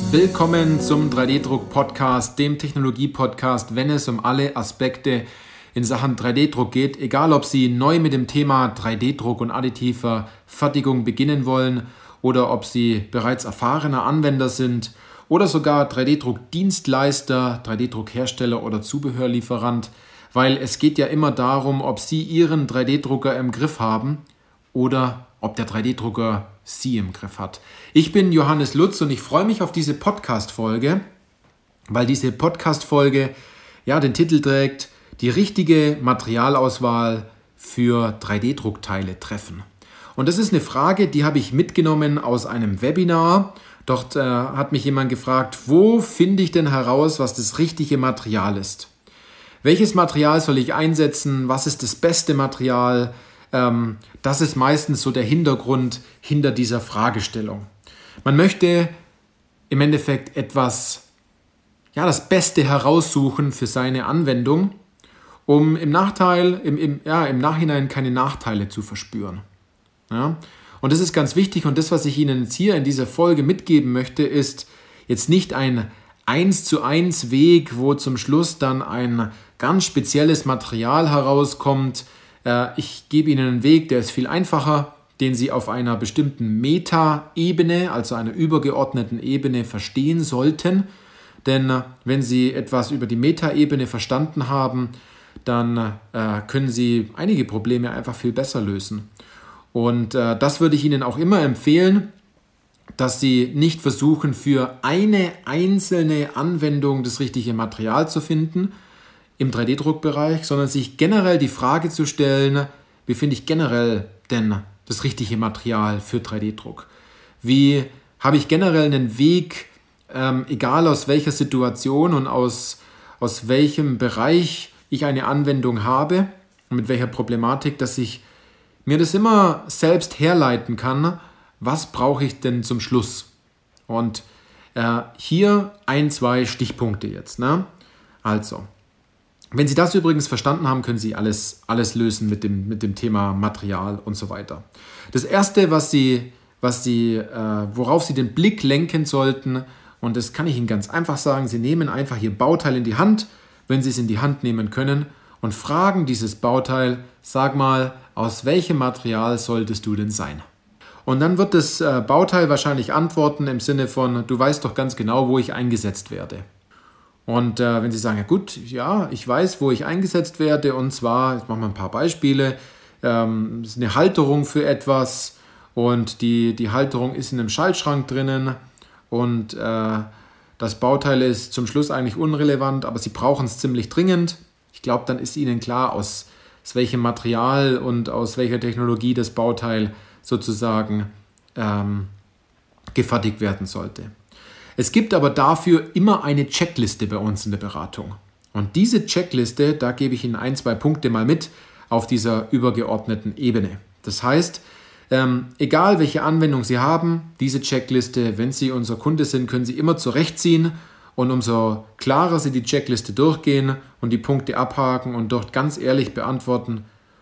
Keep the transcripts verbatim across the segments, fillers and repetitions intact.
Willkommen zum drei D-Druck-Podcast, dem Technologie-Podcast, wenn es um alle Aspekte in Sachen drei D-Druck geht. Egal, ob Sie neu mit dem Thema drei D-Druck und additiver Fertigung beginnen wollen oder ob Sie bereits erfahrener Anwender sind oder sogar drei D-Druck-Dienstleister, drei D-Druck-Hersteller oder Zubehörlieferant, weil es geht ja immer darum, ob Sie Ihren drei D-Drucker im Griff haben oder ob der drei D-Drucker Sie im Griff hat. Ich bin Johannes Lutz und ich freue mich auf diese Podcast-Folge, weil diese Podcast-Folge ja den Titel trägt, die richtige Materialauswahl für drei D-Druckteile treffen. Und das ist eine Frage, die habe ich mitgenommen aus einem Webinar. Dort äh, hat mich jemand gefragt, wo finde ich denn heraus, was das richtige Material ist? Welches Material soll ich einsetzen? Was ist das beste Material? Ähm, das ist meistens so der Hintergrund hinter dieser Fragestellung. Man möchte im Endeffekt etwas, ja, das Beste heraussuchen für seine Anwendung, um im Nachteil, im, im, ja, im Nachhinein keine Nachteile zu verspüren. Ja? Und das ist ganz wichtig und das, was ich Ihnen jetzt hier in dieser Folge mitgeben möchte, ist jetzt nicht ein eins zu eins Weg, wo zum Schluss dann ein ganz spezielles Material herauskommt. Ich gebe Ihnen einen Weg, der ist viel einfacher, den Sie auf einer bestimmten Meta-Ebene, also einer übergeordneten Ebene, verstehen sollten. Denn wenn Sie etwas über die Meta-Ebene verstanden haben, dann äh, können Sie einige Probleme einfach viel besser lösen. Und äh, das würde ich Ihnen auch immer empfehlen, dass Sie nicht versuchen, für eine einzelne Anwendung das richtige Material zu finden im drei D-Druckbereich, sondern sich generell die Frage zu stellen, wie finde ich generell denn das richtige Material für drei D-Druck? Wie habe ich generell einen Weg, ähm, egal aus welcher Situation und aus, aus welchem Bereich ich eine Anwendung habe und mit welcher Problematik, dass ich mir das immer selbst herleiten kann, was brauche ich denn zum Schluss? Und äh, hier ein, zwei Stichpunkte jetzt. Ne? Also, wenn Sie das übrigens verstanden haben, können Sie alles, alles lösen mit dem, mit dem Thema Material und so weiter. Das Erste, was Sie, was Sie, äh, worauf Sie den Blick lenken sollten, und das kann ich Ihnen ganz einfach sagen, Sie nehmen einfach Ihr Bauteil in die Hand, wenn Sie es in die Hand nehmen können, und fragen dieses Bauteil, sag mal, aus welchem Material solltest du denn sein? Und dann wird das äh, Bauteil wahrscheinlich antworten im Sinne von, du weißt doch ganz genau, wo ich eingesetzt werde. Und äh, wenn Sie sagen, ja gut, ja, ich weiß, wo ich eingesetzt werde, und zwar, jetzt machen wir ein paar Beispiele, ähm, das ist eine Halterung für etwas und die, die Halterung ist in einem Schaltschrank drinnen und äh, das Bauteil ist zum Schluss eigentlich unrelevant, aber Sie brauchen es ziemlich dringend. Ich glaube, dann ist Ihnen klar, aus, aus welchem Material und aus welcher Technologie das Bauteil sozusagen ähm, gefertigt werden sollte. Es gibt aber dafür immer eine Checkliste bei uns in der Beratung. Und diese Checkliste, da gebe ich Ihnen ein, zwei Punkte mal mit auf dieser übergeordneten Ebene. Das heißt, ähm, egal welche Anwendung Sie haben, diese Checkliste, wenn Sie unser Kunde sind, können Sie immer zurechtziehen. Und umso klarer Sie die Checkliste durchgehen und die Punkte abhaken und dort ganz ehrlich beantworten,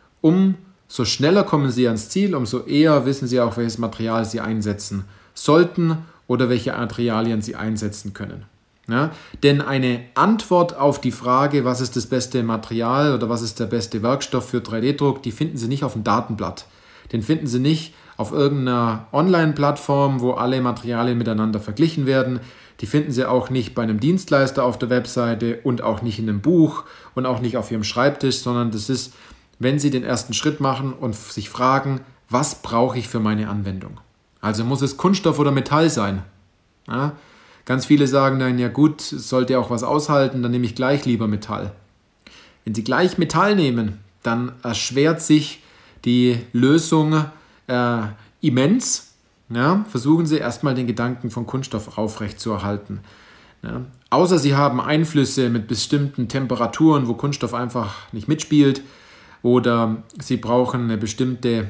umso schneller kommen Sie ans Ziel, umso eher wissen Sie auch, welches Material Sie einsetzen sollten oder welche Materialien Sie einsetzen können. Ja? Denn eine Antwort auf die Frage, was ist das beste Material oder was ist der beste Werkstoff für drei D-Druck, die finden Sie nicht auf dem Datenblatt. Den finden Sie nicht auf irgendeiner Online-Plattform, wo alle Materialien miteinander verglichen werden. Die finden Sie auch nicht bei einem Dienstleister auf der Webseite und auch nicht in einem Buch und auch nicht auf Ihrem Schreibtisch, sondern das ist, wenn Sie den ersten Schritt machen und sich fragen, was brauche ich für meine Anwendung? Also muss es Kunststoff oder Metall sein? Ja? Ganz viele sagen dann, ja gut, es sollte auch was aushalten, dann nehme ich gleich lieber Metall. Wenn Sie gleich Metall nehmen, dann erschwert sich die Lösung äh, immens. Ja? Versuchen Sie erstmal den Gedanken von Kunststoff aufrechtzuerhalten. Ja? Außer Sie haben Einflüsse mit bestimmten Temperaturen, wo Kunststoff einfach nicht mitspielt, oder Sie brauchen eine bestimmte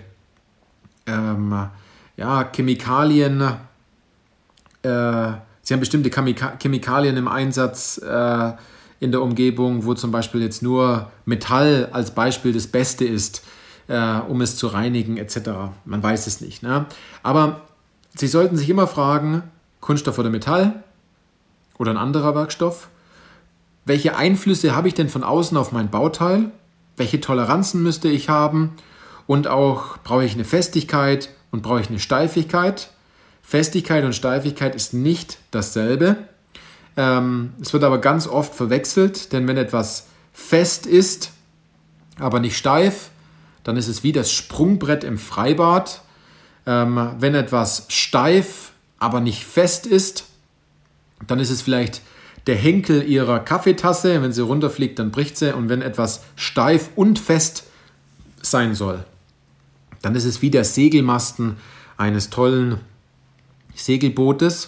ähm, ja, Chemikalien, äh, Sie haben bestimmte Chemika- Chemikalien im Einsatz äh, in der Umgebung, wo zum Beispiel jetzt nur Metall als Beispiel das Beste ist, äh, um es zu reinigen et cetera. Man weiß es nicht. Ne? Aber Sie sollten sich immer fragen, Kunststoff oder Metall, oder ein anderer Werkstoff? Welche Einflüsse habe ich denn von außen auf mein Bauteil? Welche Toleranzen müsste ich haben? Und auch, brauche ich eine Festigkeit und brauche ich eine Steifigkeit? Festigkeit und Steifigkeit ist nicht dasselbe. Ähm, es wird aber ganz oft verwechselt, denn wenn etwas fest ist, aber nicht steif, dann ist es wie das Sprungbrett im Freibad. Ähm, wenn etwas steif, aber nicht fest ist, dann ist es vielleicht der Henkel ihrer Kaffeetasse. Wenn sie runterfliegt, dann bricht sie. Und wenn etwas steif und fest sein soll, dann ist es wie der Segelmasten eines tollen Segelbootes.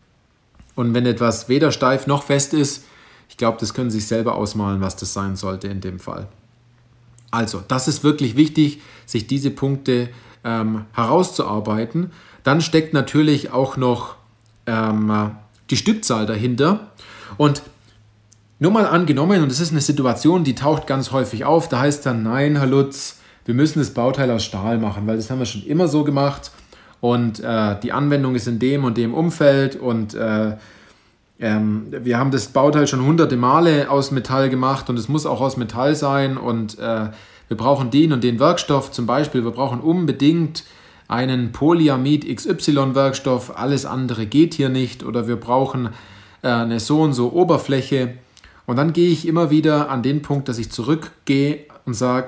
Und wenn etwas weder steif noch fest ist, ich glaube, das können Sie sich selber ausmalen, was das sein sollte in dem Fall. Also, das ist wirklich wichtig, sich diese Punkte ähm, herauszuarbeiten. Dann steckt natürlich auch noch ähm, die Stückzahl dahinter. Und nur mal angenommen, und das ist eine Situation, die taucht ganz häufig auf, da heißt dann, nein, Herr Lutz, wir müssen das Bauteil aus Stahl machen, weil das haben wir schon immer so gemacht und äh, die Anwendung ist in dem und dem Umfeld und äh, ähm, wir haben das Bauteil schon hunderte Male aus Metall gemacht und es muss auch aus Metall sein und äh, wir brauchen den und den Werkstoff, zum Beispiel, wir brauchen unbedingt einen Polyamid X Y-Werkstoff, alles andere geht hier nicht oder wir brauchen äh, eine so und so Oberfläche. Und dann gehe ich immer wieder an den Punkt, dass ich zurückgehe und sage,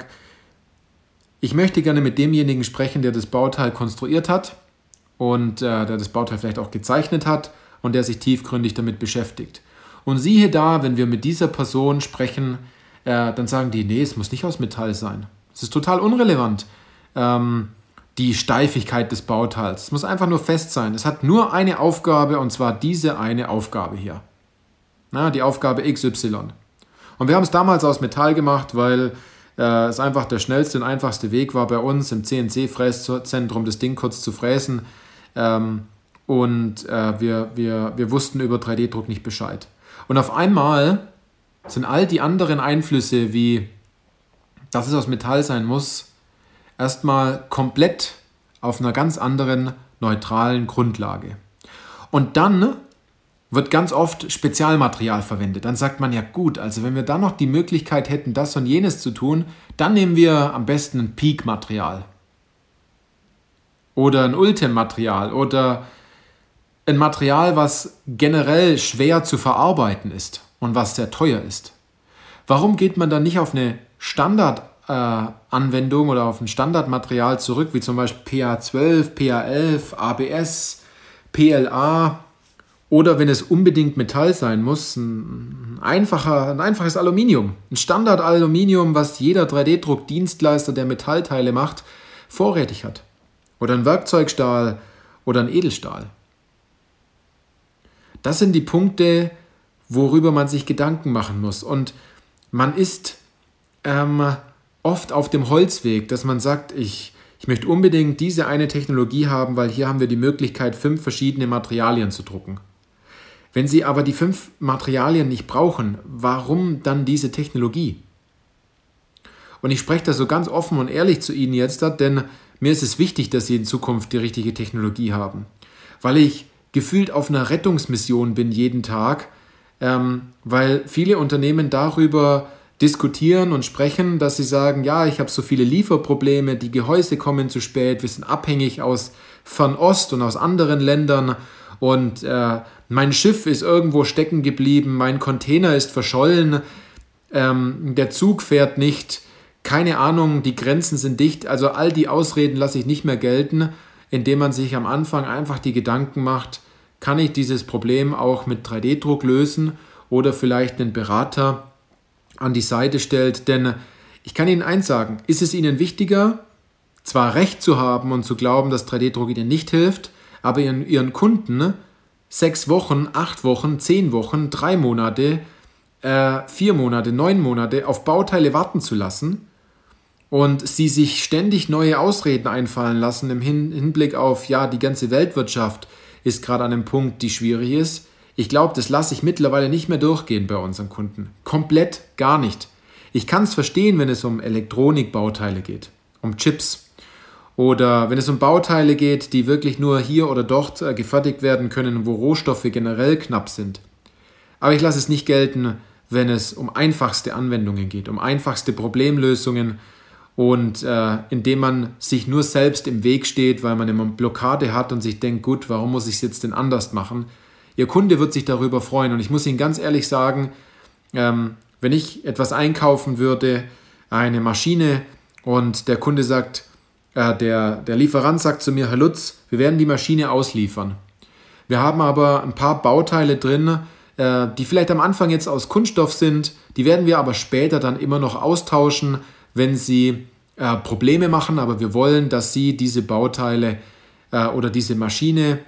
ich möchte gerne mit demjenigen sprechen, der das Bauteil konstruiert hat und äh, der das Bauteil vielleicht auch gezeichnet hat und der sich tiefgründig damit beschäftigt. Und siehe da, wenn wir mit dieser Person sprechen, äh, dann sagen die, nee, es muss nicht aus Metall sein. Es ist total unrelevant. Ähm, die Steifigkeit des Bauteils. Es muss einfach nur fest sein. Es hat nur eine Aufgabe und zwar diese eine Aufgabe hier. Na, die Aufgabe X Y. Und wir haben es damals aus Metall gemacht, weil äh, es einfach der schnellste und einfachste Weg war bei uns im C N C-Fräszentrum das Ding kurz zu fräsen. Ähm, und äh, wir, wir, wir wussten über drei D Druck nicht Bescheid. Und auf einmal sind all die anderen Einflüsse, wie dass es aus Metall sein muss, erstmal komplett auf einer ganz anderen, neutralen Grundlage. Und dann wird ganz oft Spezialmaterial verwendet. Dann sagt man, ja gut, also wenn wir dann noch die Möglichkeit hätten, das und jenes zu tun, dann nehmen wir am besten ein Peak-Material. Oder ein Ultem-Material oder ein Material, was generell schwer zu verarbeiten ist und was sehr teuer ist. Warum geht man dann nicht auf eine Standardanwendung äh, oder auf ein Standardmaterial zurück, wie zum Beispiel P A zwölf, P A elf, A B S, P L A oder wenn es unbedingt Metall sein muss, ein, einfacher, ein einfaches Aluminium. Ein Standardaluminium, was jeder drei D Druck-Dienstleister, der Metallteile macht, vorrätig hat. Oder ein Werkzeugstahl oder ein Edelstahl. Das sind die Punkte, worüber man sich Gedanken machen muss. Und man ist ähm, oft auf dem Holzweg, dass man sagt, ich, ich möchte unbedingt diese eine Technologie haben, weil hier haben wir die Möglichkeit, fünf verschiedene Materialien zu drucken. Wenn Sie aber die fünf Materialien nicht brauchen, warum dann diese Technologie? Und ich spreche das so ganz offen und ehrlich zu Ihnen jetzt, denn mir ist es wichtig, dass Sie in Zukunft die richtige Technologie haben. Weil ich gefühlt auf einer Rettungsmission bin jeden Tag, ähm, weil viele Unternehmen darüber diskutieren und sprechen, dass sie sagen, ja, ich habe so viele Lieferprobleme, die Gehäuse kommen zu spät, wir sind abhängig aus Fernost und aus anderen Ländern und äh, mein Schiff ist irgendwo stecken geblieben, mein Container ist verschollen, ähm, der Zug fährt nicht, keine Ahnung, die Grenzen sind dicht, also all die Ausreden lasse ich nicht mehr gelten, indem man sich am Anfang einfach die Gedanken macht, kann ich dieses Problem auch mit drei D Druck lösen oder vielleicht einen Berater an die Seite stellt, denn ich kann Ihnen eins sagen, ist es Ihnen wichtiger, zwar Recht zu haben und zu glauben, dass drei D Druck Ihnen nicht hilft, aber Ihren, Ihren Kunden sechs Wochen, acht Wochen, zehn Wochen, drei Monate, äh, vier Monate, neun Monate auf Bauteile warten zu lassen und Sie sich ständig neue Ausreden einfallen lassen im Hin- Hinblick auf, ja, die ganze Weltwirtschaft ist gerade an einem Punkt, die schwierig ist. Ich glaube, das lasse ich mittlerweile nicht mehr durchgehen bei unseren Kunden. Komplett gar nicht. Ich kann es verstehen, wenn es um Elektronikbauteile geht, um Chips oder wenn es um Bauteile geht, die wirklich nur hier oder dort gefertigt werden können, wo Rohstoffe generell knapp sind. Aber ich lasse es nicht gelten, wenn es um einfachste Anwendungen geht, um einfachste Problemlösungen und äh, indem man sich nur selbst im Weg steht, weil man immer eine Blockade hat und sich denkt, gut, warum muss ich es jetzt denn anders machen? Ihr Kunde wird sich darüber freuen und ich muss Ihnen ganz ehrlich sagen, ähm, wenn ich etwas einkaufen würde, eine Maschine und der Kunde sagt, äh, der, der Lieferant sagt zu mir, Herr Lutz, wir werden die Maschine ausliefern. Wir haben aber ein paar Bauteile drin, äh, die vielleicht am Anfang jetzt aus Kunststoff sind, die werden wir aber später dann immer noch austauschen, wenn sie äh, Probleme machen, aber wir wollen, dass Sie diese Bauteile äh, oder diese Maschine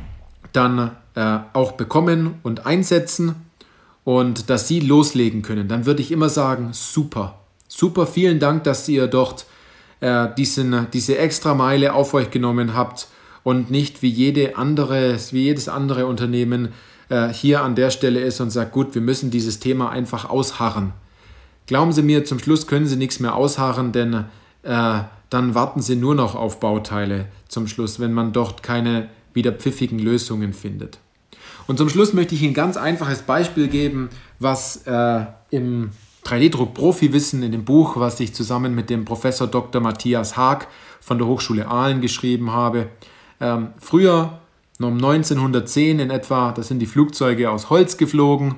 dann äh, auch bekommen und einsetzen und dass Sie loslegen können. Dann würde ich immer sagen, super, super, vielen Dank, dass ihr dort äh, diesen, diese Extrameile auf euch genommen habt und nicht wie, jede andere, wie jedes andere Unternehmen äh, hier an der Stelle ist und sagt, gut, wir müssen dieses Thema einfach ausharren. Glauben Sie mir, zum Schluss können Sie nichts mehr ausharren, denn äh, dann warten Sie nur noch auf Bauteile zum Schluss, wenn man dort keine wieder pfiffigen Lösungen findet. Und zum Schluss möchte ich Ihnen ein ganz einfaches Beispiel geben, was äh, im drei D Druck Profi-Wissen in dem Buch, was ich zusammen mit dem Professor Doktor Matthias Haag von der Hochschule Aalen geschrieben habe. Ähm, früher, um neunzehnhundertzehn in etwa, da sind die Flugzeuge aus Holz geflogen.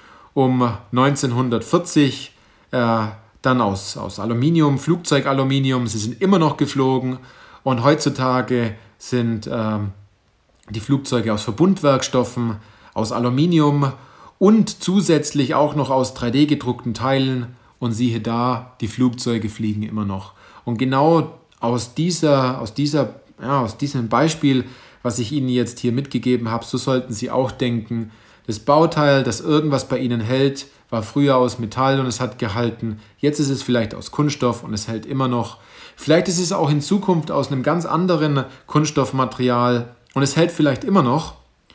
Um neunzehnhundertvierzig Äh, dann aus, aus Aluminium, Flugzeugaluminium, sie sind immer noch geflogen und heutzutage sind ähm, die Flugzeuge aus Verbundwerkstoffen, aus Aluminium und zusätzlich auch noch aus drei D gedruckten Teilen und siehe da, die Flugzeuge fliegen immer noch. Und genau aus, dieser, aus, dieser, ja, aus diesem Beispiel, was ich Ihnen jetzt hier mitgegeben habe, so sollten Sie auch denken, das Bauteil, das irgendwas bei Ihnen hält, war früher aus Metall und es hat gehalten. Jetzt ist es vielleicht aus Kunststoff und es hält immer noch. Vielleicht ist es auch in Zukunft aus einem ganz anderen Kunststoffmaterial und es hält vielleicht immer noch.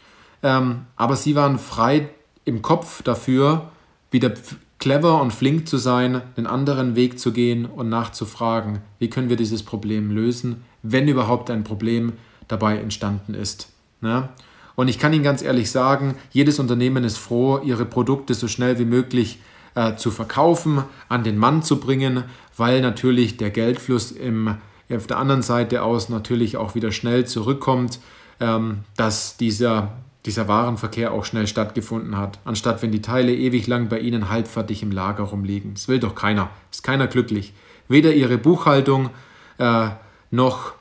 Ähm, aber Sie waren frei im Kopf dafür, wieder clever und flink zu sein, einen anderen Weg zu gehen und nachzufragen, wie können wir dieses Problem lösen, wenn überhaupt ein Problem dabei entstanden ist. Ne? Und ich kann Ihnen ganz ehrlich sagen, jedes Unternehmen ist froh, ihre Produkte so schnell wie möglich äh, zu verkaufen, an den Mann zu bringen, weil natürlich der Geldfluss im, auf der anderen Seite aus natürlich auch wieder schnell zurückkommt, ähm, dass dieser, dieser Warenverkehr auch schnell stattgefunden hat, anstatt wenn die Teile ewig lang bei Ihnen halbfertig im Lager rumliegen. Das will doch keiner, ist keiner glücklich. Weder Ihre Buchhaltung äh, noch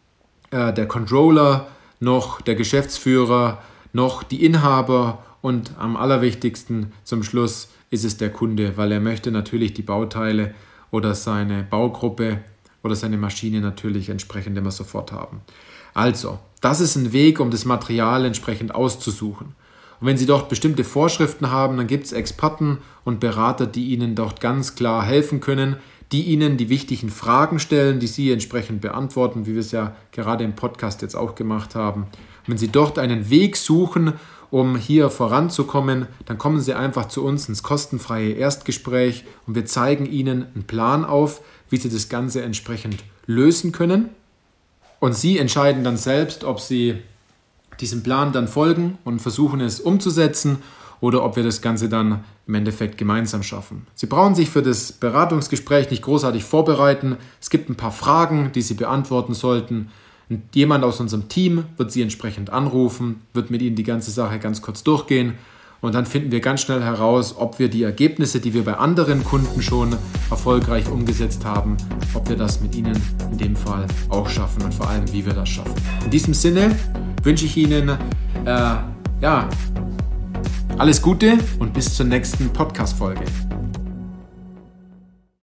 äh, der Controller, noch der Geschäftsführer, noch die Inhaber und am allerwichtigsten zum Schluss ist es der Kunde, weil er möchte natürlich die Bauteile oder seine Baugruppe oder seine Maschine natürlich entsprechend immer sofort haben. Also, das ist ein Weg, um das Material entsprechend auszusuchen. Und wenn Sie dort bestimmte Vorschriften haben, dann gibt es Experten und Berater, die Ihnen dort ganz klar helfen können, die Ihnen die wichtigen Fragen stellen, die Sie entsprechend beantworten, wie wir es ja gerade im Podcast jetzt auch gemacht haben. Und wenn Sie dort einen Weg suchen, um hier voranzukommen, dann kommen Sie einfach zu uns ins kostenfreie Erstgespräch und wir zeigen Ihnen einen Plan auf, wie Sie das Ganze entsprechend lösen können. Und Sie entscheiden dann selbst, ob Sie diesem Plan dann folgen und versuchen es umzusetzen oder ob wir das Ganze dann im Endeffekt gemeinsam schaffen. Sie brauchen sich für das Beratungsgespräch nicht großartig vorbereiten. Es gibt ein paar Fragen, die Sie beantworten sollten. Und jemand aus unserem Team wird Sie entsprechend anrufen, wird mit Ihnen die ganze Sache ganz kurz durchgehen und dann finden wir ganz schnell heraus, ob wir die Ergebnisse, die wir bei anderen Kunden schon erfolgreich umgesetzt haben, ob wir das mit Ihnen in dem Fall auch schaffen und vor allem, wie wir das schaffen. In diesem Sinne wünsche ich Ihnen äh, ja, alles Gute und bis zur nächsten Podcast-Folge.